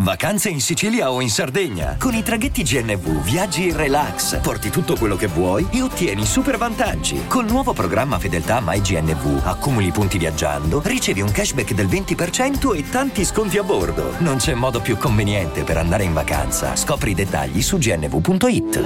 Vacanze in Sicilia o in Sardegna. Con i traghetti GNV viaggi in relax, porti tutto quello che vuoi e ottieni super vantaggi. Col nuovo programma Fedeltà MyGNV accumuli punti viaggiando, ricevi un cashback del 20% e tanti sconti a bordo. Non c'è modo più conveniente per andare in vacanza. Scopri i dettagli su gnv.it.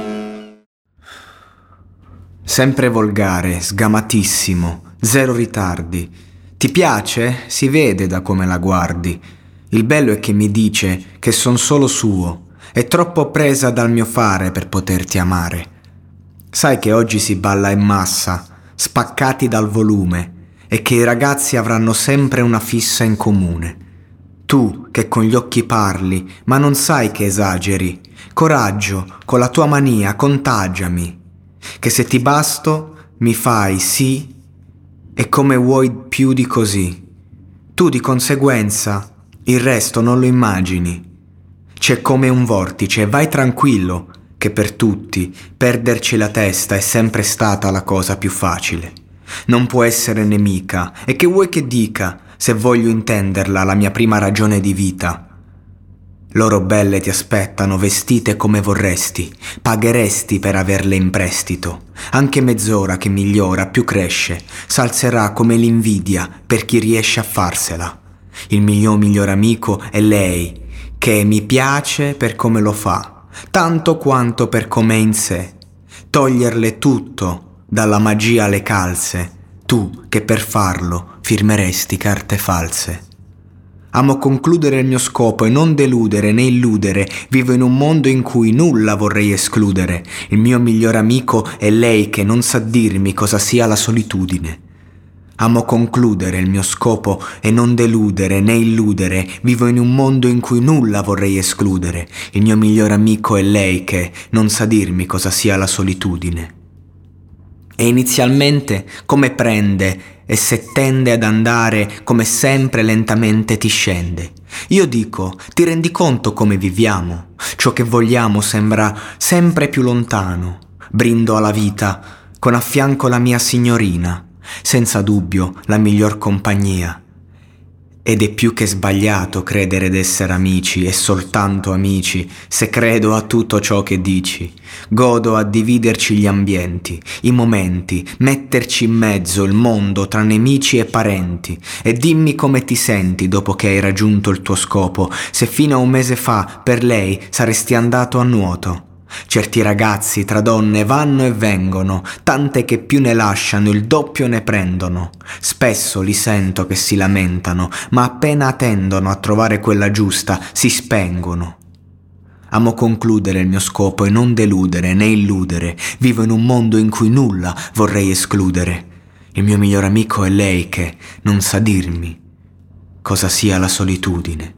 Sempre volgare, sgamatissimo, zero ritardi. Ti piace? Si vede da come la guardi. Il bello è che mi dice che son solo suo. È troppo presa dal mio fare per poterti amare. Sai che oggi si balla in massa, spaccati dal volume, e che i ragazzi avranno sempre una fissa in comune. Tu che con gli occhi parli, ma non sai che esageri. Coraggio, con la tua mania contagiami. Che se ti basto mi fai sì e come vuoi più di così. Tu di conseguenza il resto non lo immagini. C'è come un vortice, vai tranquillo, che per tutti perderci la testa è sempre stata la cosa più facile. Non può essere nemica, e che vuoi che dica, se voglio intenderla la mia prima ragione di vita. Loro belle ti aspettano vestite come vorresti, pagheresti per averle in prestito. Anche mezz'ora che migliora più cresce, s'alzerà come l'invidia per chi riesce a farsela. Il mio miglior amico è lei, che mi piace per come lo fa, tanto quanto per com'è in sé. Toglierle tutto, dalla magia alle calze, tu che per farlo firmeresti carte false. Amo concludere il mio scopo e non deludere né illudere. Vivo in un mondo in cui nulla vorrei escludere. Il mio miglior amico è lei che non sa dirmi cosa sia la solitudine. Amo concludere il mio scopo e non deludere né illudere. Vivo in un mondo in cui nulla vorrei escludere. Il mio miglior amico è lei che non sa dirmi cosa sia la solitudine. E inizialmente come prende e se tende ad andare come sempre lentamente ti scende. Io dico, ti rendi conto come viviamo? Ciò che vogliamo sembra sempre più lontano. Brindo alla vita con a fianco la mia signorina, senza dubbio la miglior compagnia. Ed è più che sbagliato credere d'essere amici e soltanto amici se credo a tutto ciò che dici. Godo a dividerci gli ambienti, i momenti, metterci in mezzo il mondo tra nemici e parenti. E dimmi come ti senti dopo che hai raggiunto il tuo scopo, se fino a un mese fa per lei saresti andato a nuoto. Certi ragazzi tra donne vanno e vengono, tante che più ne lasciano il doppio ne prendono. Spesso li sento che si lamentano, ma appena tendono a trovare quella giusta si spengono. Amo concludere il mio scopo e non deludere né illudere. Vivo in un mondo in cui nulla vorrei escludere. Il mio miglior amico è lei che non sa dirmi cosa sia la solitudine.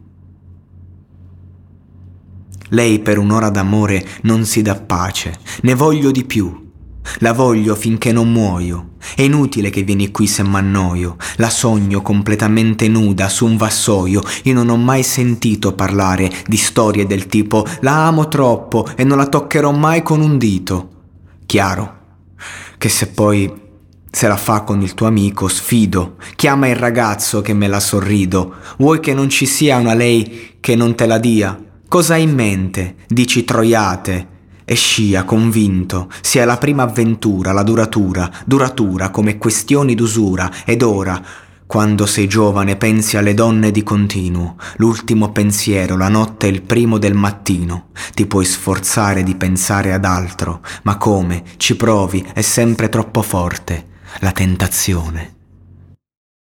Lei per un'ora d'amore non si dà pace, ne voglio di più. La voglio finché non muoio. È inutile che vieni qui se m'annoio. La sogno completamente nuda su un vassoio. Io non ho mai sentito parlare di storie del tipo la amo troppo e non la toccherò mai con un dito. Chiaro che se la fa con il tuo amico, sfido. Chiama il ragazzo che me la sorrido. Vuoi che non ci sia una lei che non te la dia? Cosa hai in mente? Dici troiate e scia convinto, sia la prima avventura, la duratura come questioni d'usura. Ed ora, quando sei giovane, pensi alle donne di continuo. L'ultimo pensiero, la notte è il primo del mattino. Ti puoi sforzare di pensare ad altro, ma come? Ci provi, è sempre troppo forte la tentazione.